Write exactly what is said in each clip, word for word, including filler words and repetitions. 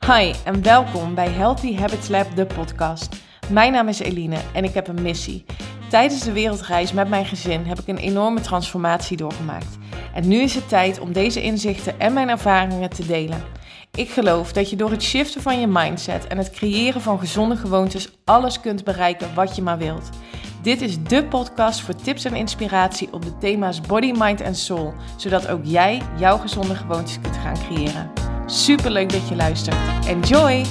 Hi en welkom bij Healthy Habits Lab, de podcast. Mijn naam is Eline en ik heb een missie. Tijdens de wereldreis met mijn gezin heb ik een enorme transformatie doorgemaakt. En nu is het tijd om deze inzichten en mijn ervaringen te delen. Ik geloof dat je door het shiften van je mindset en het creëren van gezonde gewoontes alles kunt bereiken wat je maar wilt. Dit is dé podcast voor tips en inspiratie op de thema's body, mind en soul, zodat ook jij jouw gezonde gewoontes kunt gaan creëren. Super leuk dat je luistert. Enjoy!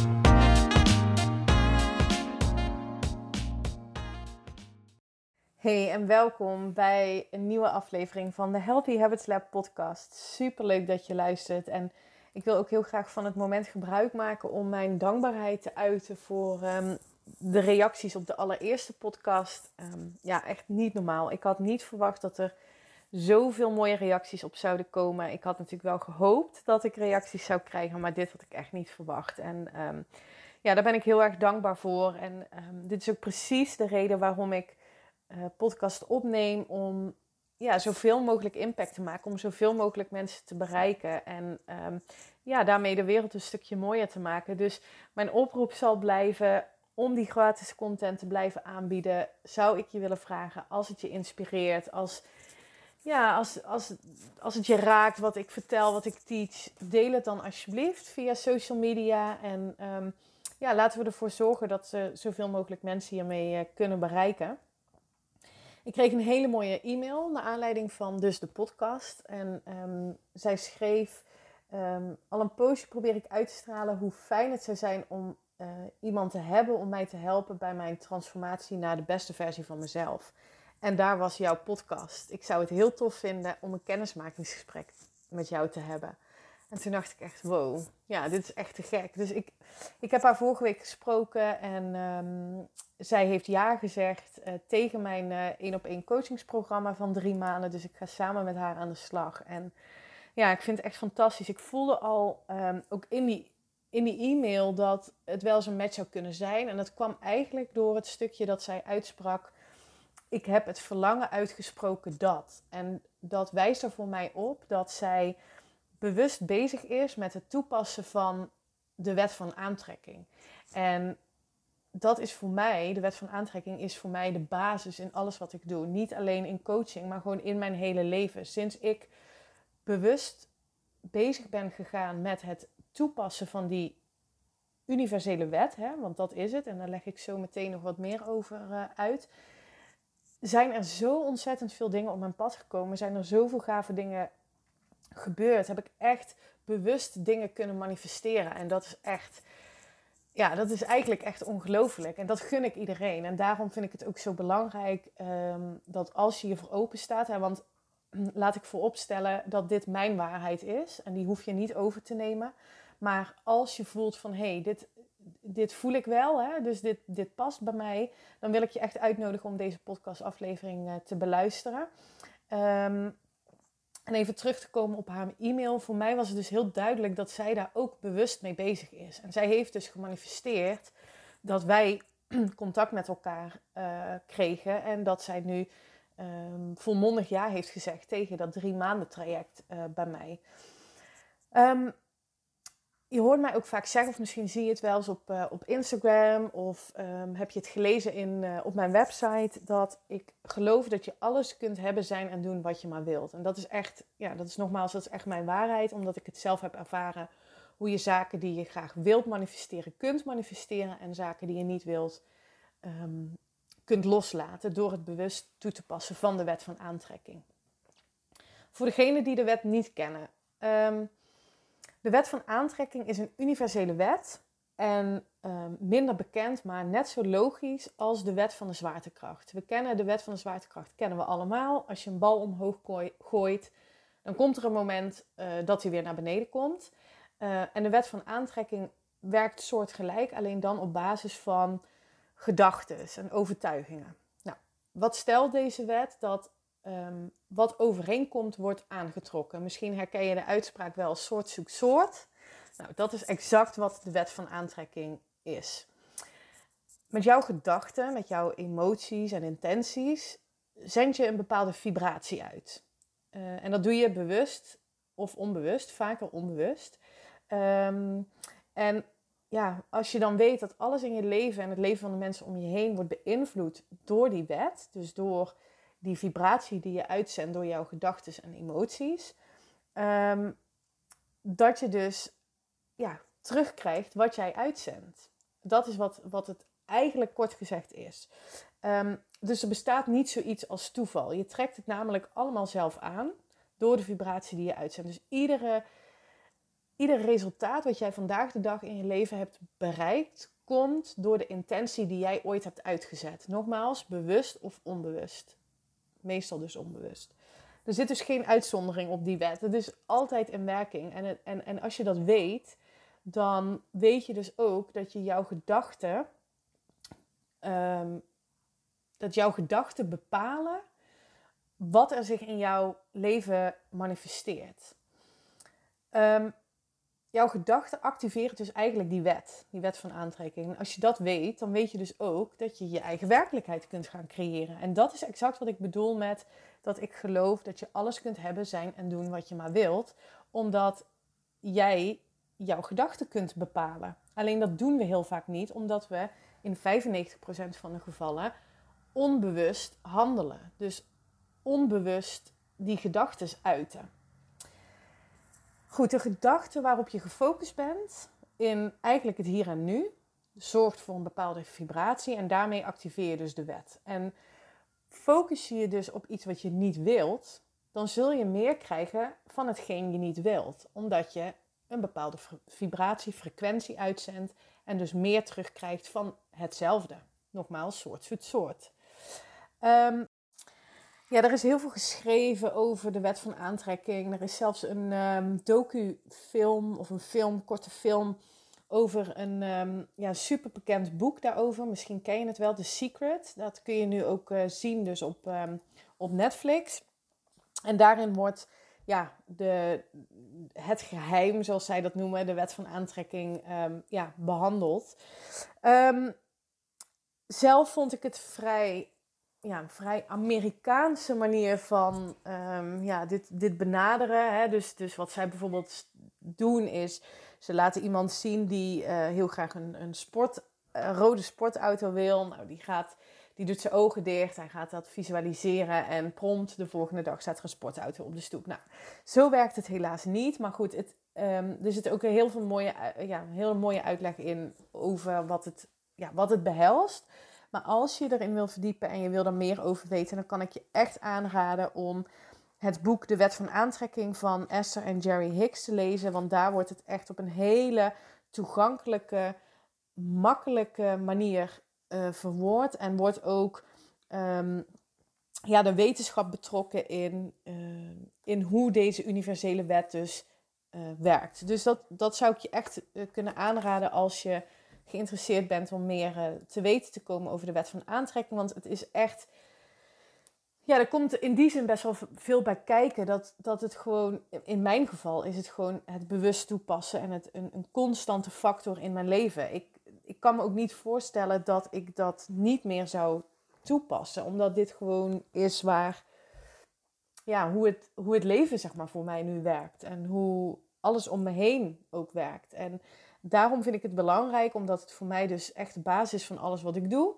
Hey en welkom bij een nieuwe aflevering van de Healthy Habits Lab podcast. Super leuk dat je luistert en ik wil ook heel graag van het moment gebruik maken om mijn dankbaarheid te uiten voor um, de reacties op de allereerste podcast. Um, ja, echt niet normaal. Ik had niet verwacht dat er zoveel mooie reacties op zouden komen. Ik had natuurlijk wel gehoopt dat ik reacties zou krijgen, maar dit had ik echt niet verwacht. En um, ja, daar ben ik heel erg dankbaar voor. En um, dit is ook precies de reden waarom ik uh, podcast opneem, om ja, zoveel mogelijk impact te maken, om zoveel mogelijk mensen te bereiken en um, ja, daarmee de wereld een stukje mooier te maken. Dus mijn oproep zal blijven om die gratis content te blijven aanbieden. Zou ik je willen vragen, als het je inspireert, als Ja, als, als, als het je raakt wat ik vertel, wat ik teach, deel het dan alsjeblieft via social media. En um, ja, laten we ervoor zorgen dat uh, zoveel mogelijk mensen hiermee uh, kunnen bereiken. Ik kreeg een hele mooie e-mail naar aanleiding van dus de podcast. En um, zij schreef, um, al een poosje probeer ik uit te stralen hoe fijn het zou zijn om uh, iemand te hebben om mij te helpen bij mijn transformatie naar de beste versie van mezelf. En daar was jouw podcast. Ik zou het heel tof vinden om een kennismakingsgesprek met jou te hebben. En toen dacht ik echt, wow, ja, dit is echt te gek. Dus ik, ik heb haar vorige week gesproken en um, zij heeft ja gezegd uh, tegen mijn uh, één op één coachingsprogramma van drie maanden. Dus ik ga samen met haar aan de slag. En ja, ik vind het echt fantastisch. Ik voelde al um, ook in die, in die e-mail dat het wel eens een match zou kunnen zijn. En dat kwam eigenlijk door het stukje dat zij uitsprak: ik heb het verlangen uitgesproken dat. En dat wijst er voor mij op dat zij bewust bezig is met het toepassen van de wet van aantrekking. En dat is voor mij, de wet van aantrekking is voor mij de basis in alles wat ik doe. Niet alleen in coaching, maar gewoon in mijn hele leven. Sinds ik bewust bezig ben gegaan met het toepassen van die universele wet, hè, want dat is het, en daar leg ik zo meteen nog wat meer over uh, uit, zijn er zo ontzettend veel dingen op mijn pad gekomen. Zijn er zoveel gave dingen gebeurd. Heb ik echt bewust dingen kunnen manifesteren. En dat is echt, ja, dat is eigenlijk echt ongelooflijk. En dat gun ik iedereen. En daarom vind ik het ook zo belangrijk um, dat als je hiervoor open staat, hè, want laat ik vooropstellen dat dit mijn waarheid is. En die hoef je niet over te nemen. Maar als je voelt van, hé, hey, dit, dit voel ik wel, hè, dus dit, dit past bij mij, dan wil ik je echt uitnodigen om deze podcastaflevering uh, te beluisteren. Um, en even terug te komen op haar e-mail. Voor mij was het dus heel duidelijk dat zij daar ook bewust mee bezig is. En zij heeft dus gemanifesteerd dat wij contact met elkaar uh, kregen. En dat zij nu um, volmondig ja heeft gezegd tegen dat drie maanden traject uh, bij mij. Um, Je hoort mij ook vaak zeggen, of misschien zie je het wel eens op, uh, op Instagram, of um, heb je het gelezen in, uh, op mijn website, dat ik geloof dat je alles kunt hebben, zijn en doen wat je maar wilt. En dat is echt, ja, dat is nogmaals, dat is echt mijn waarheid, omdat ik het zelf heb ervaren, hoe je zaken die je graag wilt manifesteren, kunt manifesteren, en zaken die je niet wilt, um, kunt loslaten door het bewust toe te passen van de wet van aantrekking. Voor degenen die de wet niet kennen, Um, De wet van aantrekking is een universele wet en um, minder bekend, maar net zo logisch als de wet van de zwaartekracht. We kennen de wet van de zwaartekracht, kennen we allemaal. Als je een bal omhoog gooit, dan komt er een moment uh, dat hij weer naar beneden komt. Uh, en de wet van aantrekking werkt soortgelijk, alleen dan op basis van gedachten en overtuigingen. Nou, wat stelt deze wet? Dat Um, wat overeenkomt, wordt aangetrokken. Misschien herken je de uitspraak wel, soort zoekt soort. Nou, dat is exact wat de wet van aantrekking is. Met jouw gedachten, met jouw emoties en intenties, zend je een bepaalde vibratie uit. Uh, en dat doe je bewust of onbewust, vaker onbewust. Um, en ja, als je dan weet dat alles in je leven en het leven van de mensen om je heen wordt beïnvloed door die wet, dus door die vibratie die je uitzendt door jouw gedachten en emoties, um, dat je dus ja, terugkrijgt wat jij uitzendt. Dat is wat, wat het eigenlijk kort gezegd is. Um, dus er bestaat niet zoiets als toeval. Je trekt het namelijk allemaal zelf aan door de vibratie die je uitzendt. Dus iedere, ieder resultaat wat jij vandaag de dag in je leven hebt bereikt, komt door de intentie die jij ooit hebt uitgezet. Nogmaals, bewust of onbewust. Meestal dus onbewust. Er zit dus geen uitzondering op die wet. Het is altijd in werking. En, het, en, en als je dat weet, dan weet je dus ook dat je jouw gedachten, um, dat jouw gedachten bepalen wat er zich in jouw leven manifesteert. Um, jouw gedachten activeren dus eigenlijk die wet, die wet van aantrekking. En als je dat weet, dan weet je dus ook dat je je eigen werkelijkheid kunt gaan creëren. En dat is exact wat ik bedoel met dat ik geloof dat je alles kunt hebben, zijn en doen wat je maar wilt. Omdat jij jouw gedachten kunt bepalen. Alleen dat doen we heel vaak niet, omdat we in vijfennegentig procent van de gevallen onbewust handelen. Dus onbewust die gedachten uiten. Goed, de gedachte waarop je gefocust bent in eigenlijk het hier en nu zorgt voor een bepaalde vibratie en daarmee activeer je dus de wet. En focus je je dus op iets wat je niet wilt, dan zul je meer krijgen van hetgeen je niet wilt. Omdat je een bepaalde vibratie, frequentie uitzendt en dus meer terugkrijgt van hetzelfde. Nogmaals, soort zoekt soort. Um, Ja, er is heel veel geschreven over de wet van aantrekking. Er is zelfs een um, docu-film of een film, korte film over een um, ja, super bekend boek daarover. Misschien ken je het wel, The Secret. Dat kun je nu ook uh, zien dus op, um, op Netflix. En daarin wordt ja, de, het geheim, zoals zij dat noemen, de wet van aantrekking, um, ja, behandeld. Um, zelf vond ik het vrij... Ja, een vrij Amerikaanse manier van um, ja, dit, dit benaderen. Hè. Dus, dus wat zij bijvoorbeeld doen is, ze laten iemand zien die uh, heel graag een, een, sport, een rode sportauto wil. Nou, die, gaat, die doet zijn ogen dicht, hij gaat dat visualiseren en prompt de volgende dag staat er een sportauto op de stoep. Nou, zo werkt het helaas niet, maar goed, het, um, er zit ook heel veel mooie, ja, een hele mooie uitleg in over wat het, ja, wat het behelst. Maar als je erin wil verdiepen en je wil er meer over weten, dan kan ik je echt aanraden om het boek De Wet van Aantrekking van Esther en Jerry Hicks te lezen. Want daar wordt het echt op een hele toegankelijke, makkelijke manier uh, verwoord. En wordt ook um, ja, de wetenschap betrokken in, uh, in hoe deze universele wet dus uh, werkt. Dus dat, dat zou ik je echt uh, kunnen aanraden als je geïnteresseerd bent om meer uh, te weten te komen over de wet van aantrekking. Want het is echt... Ja, er komt in die zin best wel veel bij kijken. Dat, dat het gewoon... In mijn geval is het gewoon het bewust toepassen. En het een, een constante factor in mijn leven. Ik, ik kan me ook niet voorstellen dat ik dat niet meer zou toepassen. Omdat dit gewoon is waar... Ja, hoe het, hoe het leven zeg maar voor mij nu werkt. En hoe alles om me heen ook werkt. En daarom vind ik het belangrijk, omdat het voor mij dus echt de basis is van alles wat ik doe.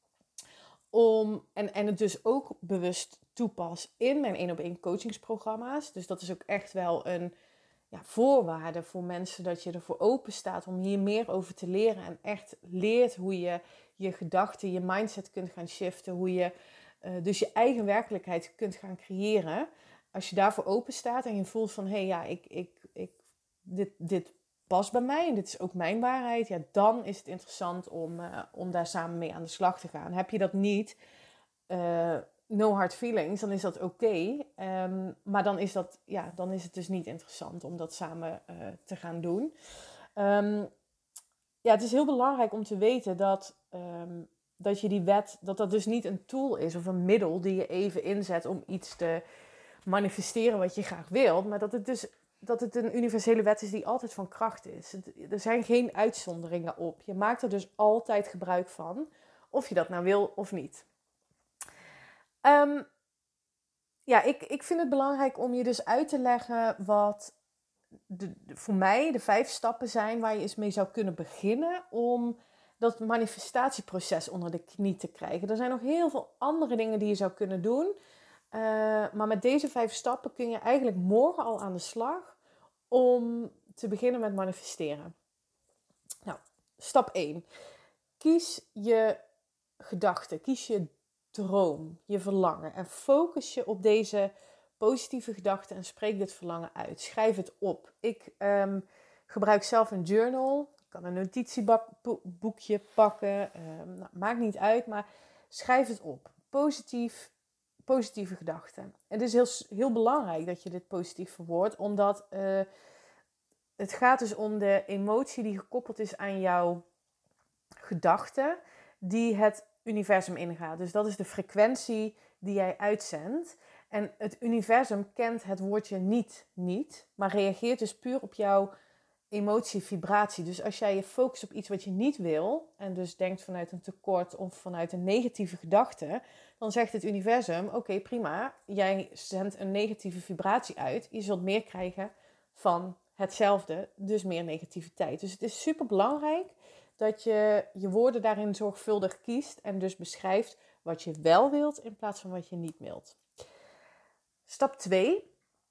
Om, en, en het dus ook bewust toepas in mijn één op één coachingsprogramma's. Dus dat is ook echt wel een ja, voorwaarde voor mensen, dat je ervoor open staat om hier meer over te leren. En echt leert hoe je je gedachten, je mindset kunt gaan shiften. Hoe je uh, dus je eigen werkelijkheid kunt gaan creëren. Als je daarvoor open staat en je voelt van, hé hey, ja, ik, ik, ik, dit, dit past bij mij en dit is ook mijn waarheid, ja, dan is het interessant om, uh, om daar samen mee aan de slag te gaan. Heb je dat niet, uh, no hard feelings, dan is dat oké. Okay. Um, maar dan is, dat, ja, dan is het dus niet interessant om dat samen uh, te gaan doen. Um, ja, het is heel belangrijk om te weten dat, um, dat je die wet, dat dat dus niet een tool is of een middel die je even inzet om iets te manifesteren wat je graag wilt, maar dat het dus dat het een universele wet is die altijd van kracht is. Het, er zijn geen uitzonderingen op. Je maakt er dus altijd gebruik van, of je dat nou wil of niet. Um, ja, ik, ik vind het belangrijk om je dus uit te leggen wat de, de, voor mij de vijf stappen zijn waar je eens mee zou kunnen beginnen om dat manifestatieproces onder de knie te krijgen. Er zijn nog heel veel andere dingen die je zou kunnen doen. Uh, maar met deze vijf stappen kun je eigenlijk morgen al aan de slag om te beginnen met manifesteren. Nou, stap één. Kies je gedachten, kies je droom, je verlangen en focus je op deze positieve gedachten en spreek dit verlangen uit. Schrijf het op. Ik um, gebruik zelf een journal. Ik kan een notitieboekje pakken. Um, nou, maakt niet uit, maar schrijf het op. Positief, positieve gedachten. Het is heel, heel belangrijk dat je dit positief verwoordt, omdat uh, het gaat dus om de emotie die gekoppeld is aan jouw gedachten, die het universum ingaat. Dus dat is de frequentie die jij uitzendt. En het universum kent het woordje niet niet, maar reageert dus puur op jouw emotie, vibratie. Dus als jij je focust op iets wat je niet wil, en dus denkt vanuit een tekort of vanuit een negatieve gedachte, dan zegt het universum, oké, okay, prima, jij zendt een negatieve vibratie uit, je zult meer krijgen van hetzelfde, dus meer negativiteit. Dus het is super belangrijk dat je je woorden daarin zorgvuldig kiest en dus beschrijft wat je wel wilt in plaats van wat je niet wilt. Stap twee.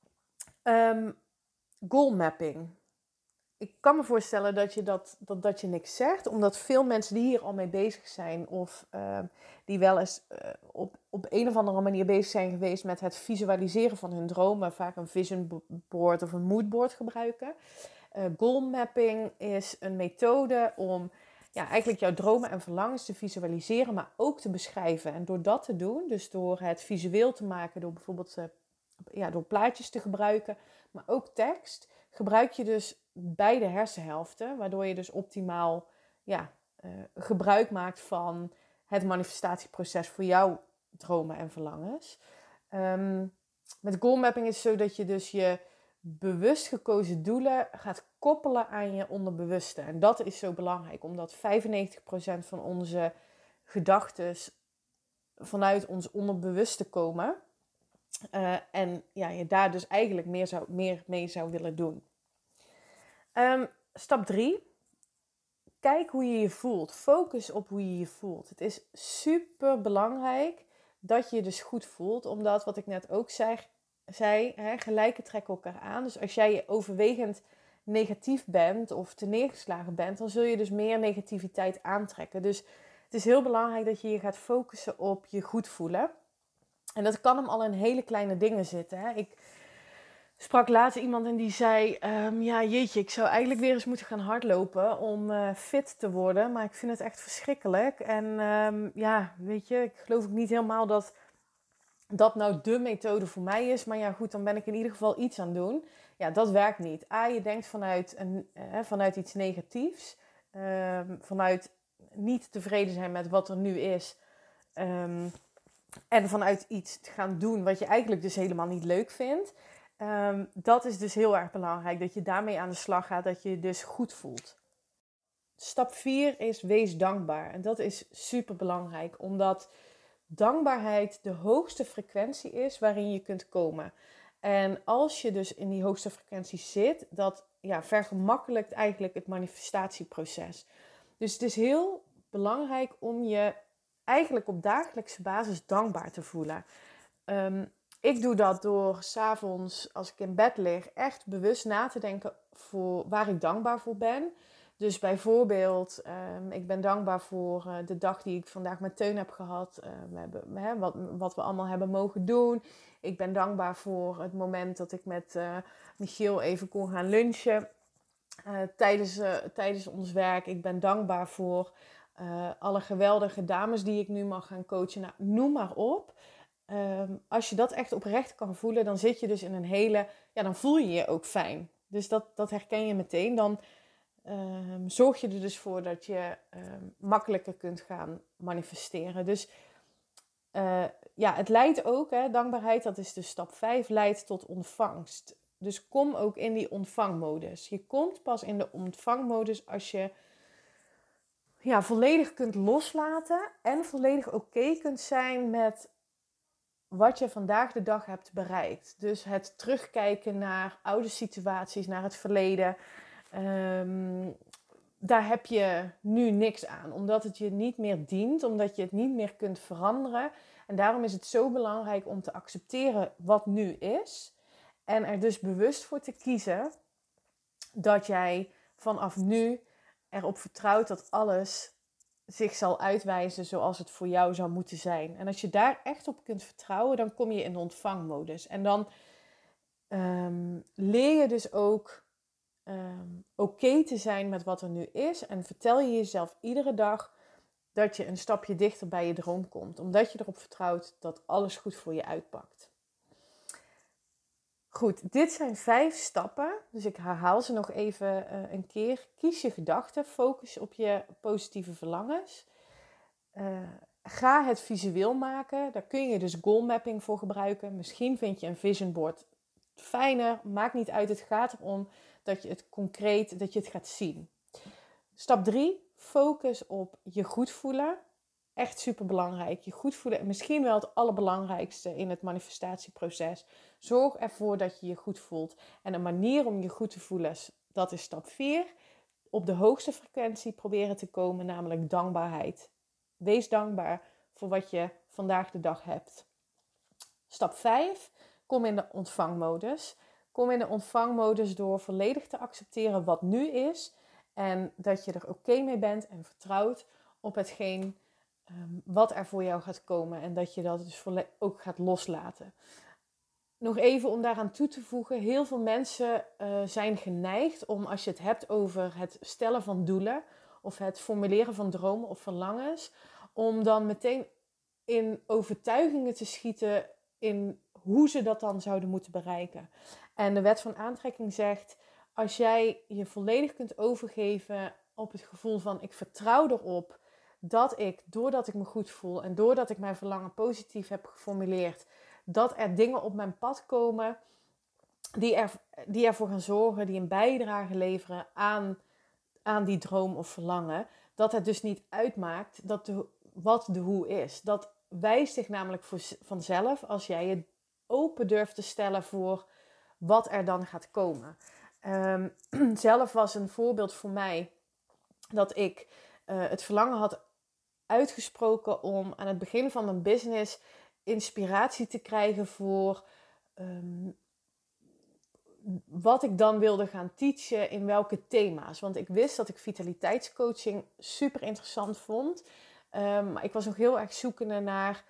Um, goal mapping. Ik kan me voorstellen dat je, dat, dat, dat je niks zegt, omdat veel mensen die hier al mee bezig zijn of uh, die wel eens uh, op, op een of andere manier bezig zijn geweest met het visualiseren van hun dromen, vaak een vision board of een mood board gebruiken. Uh, goal mapping is een methode om ja, eigenlijk jouw dromen en verlangens te visualiseren, maar ook te beschrijven. En door dat te doen, dus door het visueel te maken, door bijvoorbeeld uh, ja, door plaatjes te gebruiken, maar ook tekst, gebruik je dus beide hersenhelften, waardoor je dus optimaal ja, uh, gebruik maakt van het manifestatieproces voor jouw dromen en verlangens. Um, met goal mapping is het zo dat je dus je bewust gekozen doelen gaat koppelen aan je onderbewuste. En dat is zo belangrijk, omdat vijfennegentig procent van onze gedachten vanuit ons onderbewuste komen. Uh, en ja, je daar dus eigenlijk meer, zou, meer mee zou willen doen. Um, stap drie. Kijk hoe je je voelt. Focus op hoe je je voelt. Het is super belangrijk dat je je dus goed voelt. Omdat, wat ik net ook zei, zei hè, gelijke trekken elkaar aan. Dus als jij overwegend negatief bent of te neergeslagen bent, dan zul je dus meer negativiteit aantrekken. Dus het is heel belangrijk dat je je gaat focussen op je goed voelen. En dat kan hem al in hele kleine dingen zitten. Hè. Ik sprak laatst iemand en die zei, um, ja jeetje, ik zou eigenlijk weer eens moeten gaan hardlopen om uh, fit te worden. Maar ik vind het echt verschrikkelijk. En um, ja, weet je, ik geloof ook niet helemaal dat dat nou de methode voor mij is. Maar ja goed, dan ben ik in ieder geval iets aan het doen. Ja, dat werkt niet. A, je denkt vanuit, een, eh, vanuit iets negatiefs. Um, vanuit niet tevreden zijn met wat er nu is. Um, en vanuit iets te gaan doen wat je eigenlijk dus helemaal niet leuk vindt. Um, dat is dus heel erg belangrijk. Dat je daarmee aan de slag gaat. Dat je je dus goed voelt. Stap vier is wees dankbaar. En dat is super belangrijk. Omdat dankbaarheid de hoogste frequentie is waarin je kunt komen. En als je dus in die hoogste frequentie zit, dat ja, vergemakkelijkt eigenlijk het manifestatieproces. Dus het is heel belangrijk om je eigenlijk op dagelijkse basis dankbaar te voelen. Um, ik doe dat door 's avonds, als ik in bed lig, echt bewust na te denken voor waar ik dankbaar voor ben. Dus bijvoorbeeld, um, ik ben dankbaar voor uh, de dag die ik vandaag met Teun heb gehad. Uh, we hebben, hè, wat, wat we allemaal hebben mogen doen. Ik ben dankbaar voor het moment dat ik met uh, Michiel even kon gaan lunchen uh, tijdens, uh, tijdens ons werk. Ik ben dankbaar voor uh, alle geweldige dames die ik nu mag gaan coachen. Nou, noem maar op. Um, als je dat echt oprecht kan voelen, dan zit je dus in een hele... Ja, dan voel je je ook fijn. Dus dat, dat herken je meteen. Dan um, zorg je er dus voor dat je um, makkelijker kunt gaan manifesteren. Dus uh, ja, het leidt ook, hè, dankbaarheid, dat is dus stap vijf, leidt tot ontvangst. Dus kom ook in die ontvangmodus. Je komt pas in de ontvangmodus als je ja, volledig kunt loslaten en volledig oké kunt zijn met wat je vandaag de dag hebt bereikt. Dus het terugkijken naar oude situaties, naar het verleden. Um, daar heb je nu niks aan. Omdat het je niet meer dient. Omdat je het niet meer kunt veranderen. En daarom is het zo belangrijk om te accepteren wat nu is. En er dus bewust voor te kiezen dat jij vanaf nu erop vertrouwt dat alles zich zal uitwijzen zoals het voor jou zou moeten zijn. En als je daar echt op kunt vertrouwen, dan kom je in de ontvangmodus. En dan um, leer je dus ook um, oké okay te zijn met wat er nu is. En vertel je jezelf iedere dag dat je een stapje dichter bij je droom komt. Omdat je erop vertrouwt dat alles goed voor je uitpakt. Goed, dit zijn vijf stappen. Dus ik herhaal ze nog even uh, een keer. Kies je gedachten, focus op je positieve verlangens. Uh, ga het visueel maken. Daar kun je dus goal mapping voor gebruiken. Misschien vind je een vision board fijner. Maakt niet uit. Het gaat erom dat je het concreet, dat je het gaat zien. Stap drie. Focus op je goed voelen. Echt super belangrijk. Je goed voelen. En misschien wel het allerbelangrijkste in het manifestatieproces. Zorg ervoor dat je je goed voelt. En een manier om je goed te voelen, dat is stap vier. Op de hoogste frequentie proberen te komen, namelijk dankbaarheid. Wees dankbaar voor wat je vandaag de dag hebt. Stap vijf. Kom in de ontvangmodus. Kom in de ontvangmodus door volledig te accepteren wat nu is. En dat je er oké okay mee bent en vertrouwt op hetgeen um, wat er voor jou gaat komen. En dat je dat dus ook gaat loslaten. Nog even om daaraan toe te voegen. Heel veel mensen uh, zijn geneigd om, als je het hebt over het stellen van doelen. Of het formuleren van dromen of verlangens. Om dan meteen in overtuigingen te schieten in hoe ze dat dan zouden moeten bereiken. En de wet van aantrekking zegt, als jij je volledig kunt overgeven op het gevoel van ik vertrouw erop dat ik, doordat ik me goed voel en doordat ik mijn verlangen positief heb geformuleerd, dat er dingen op mijn pad komen die, er, die ervoor gaan zorgen, die een bijdrage leveren aan, aan die droom of verlangen. Dat het dus niet uitmaakt dat de, wat de hoe is. Dat wijst zich namelijk voor, vanzelf als jij je open durft te stellen voor wat er dan gaat komen. Um, zelf was een voorbeeld voor mij dat ik uh, het verlangen had uitgesproken om aan het begin van mijn business inspiratie te krijgen voor um, wat ik dan wilde gaan teachen in welke thema's. Want ik wist dat ik vitaliteitscoaching super interessant vond. Um, maar ik was nog heel erg zoekende naar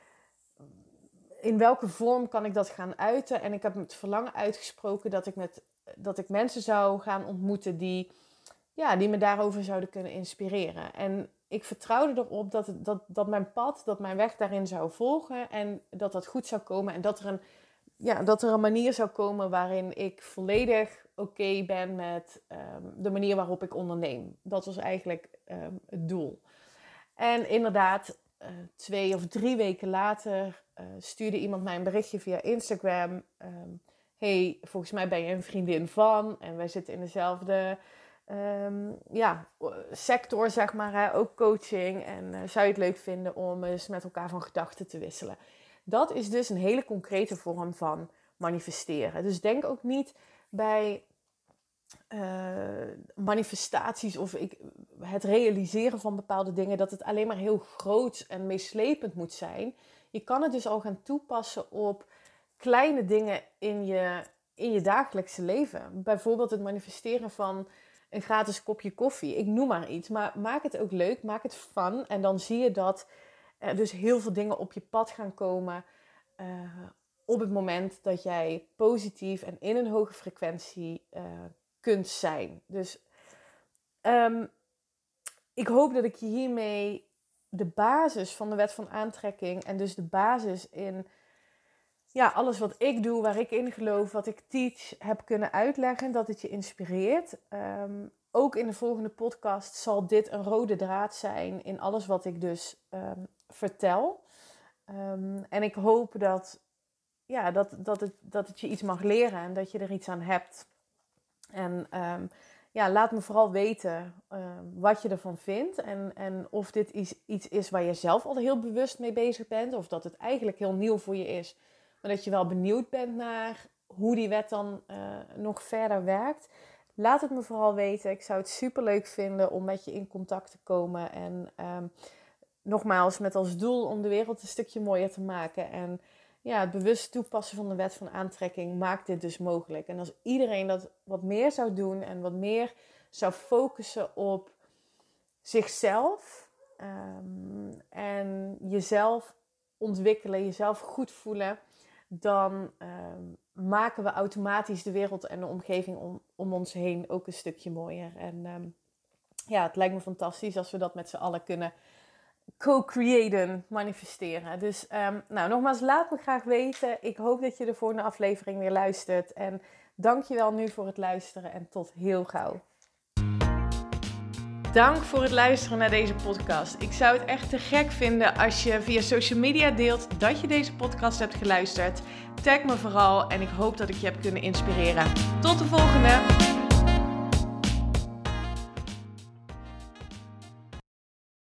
in welke vorm kan ik dat gaan uiten. En ik heb het verlangen uitgesproken dat ik, met, dat ik mensen zou gaan ontmoeten die, ja, die me daarover zouden kunnen inspireren. En ik vertrouwde erop dat, het, dat, dat mijn pad, dat mijn weg daarin zou volgen. En dat dat goed zou komen. En dat er een, ja, dat er een manier zou komen waarin ik volledig oké okay ben met um, de manier waarop ik onderneem. Dat was eigenlijk um, het doel. En inderdaad, uh, twee of drie weken later uh, stuurde iemand mij een berichtje via Instagram. Um, hey, volgens mij ben je een vriendin van. En wij zitten in dezelfde um, ja, sector, zeg maar. Hè, ook coaching. En uh, zou je het leuk vinden om eens met elkaar van gedachten te wisselen? Dat is dus een hele concrete vorm van manifesteren. Dus denk ook niet bij uh, manifestaties of ik, het realiseren van bepaalde dingen dat het alleen maar heel groot en meeslepend moet zijn. Je kan het dus al gaan toepassen op kleine dingen in je, in je dagelijkse leven. Bijvoorbeeld het manifesteren van een gratis kopje koffie. Ik noem maar iets, maar maak het ook leuk, maak het fun. En dan zie je dat er dus heel veel dingen op je pad gaan komen uh, op het moment dat jij positief en in een hoge frequentie uh, kunt zijn. Dus um, ik hoop dat ik je hiermee de basis van de wet van aantrekking en dus de basis in ja, alles wat ik doe, waar ik in geloof, wat ik teach, heb kunnen uitleggen, dat het je inspireert. Um, ook in de volgende podcast zal dit een rode draad zijn in alles wat ik dus um, vertel. Um, en ik hoop dat, ja, dat, dat, het, dat het je iets mag leren en dat je er iets aan hebt. En um, ja, laat me vooral weten uh, wat je ervan vindt. En, en of dit iets, iets is waar je zelf al heel bewust mee bezig bent. Of dat het eigenlijk heel nieuw voor je is. Maar dat je wel benieuwd bent naar hoe die wet dan uh, nog verder werkt. Laat het me vooral weten. Ik zou het super leuk vinden om met je in contact te komen. En um, nogmaals, met als doel om de wereld een stukje mooier te maken. En ja, het bewust toepassen van de wet van aantrekking maakt dit dus mogelijk. En als iedereen dat wat meer zou doen en wat meer zou focussen op zichzelf um, en jezelf ontwikkelen, jezelf goed voelen, dan um, maken we automatisch de wereld en de omgeving om, om ons heen ook een stukje mooier. En um, ja, het lijkt me fantastisch als we dat met z'n allen kunnen co-creëren, manifesteren. Dus um, nou, nogmaals, laat me graag weten. Ik hoop dat je de volgende aflevering weer luistert. En dank je wel nu voor het luisteren en tot heel gauw. Dank voor het luisteren naar deze podcast. Ik zou het echt te gek vinden als je via social media deelt dat je deze podcast hebt geluisterd. Tag me vooral en ik hoop dat ik je heb kunnen inspireren. Tot de volgende!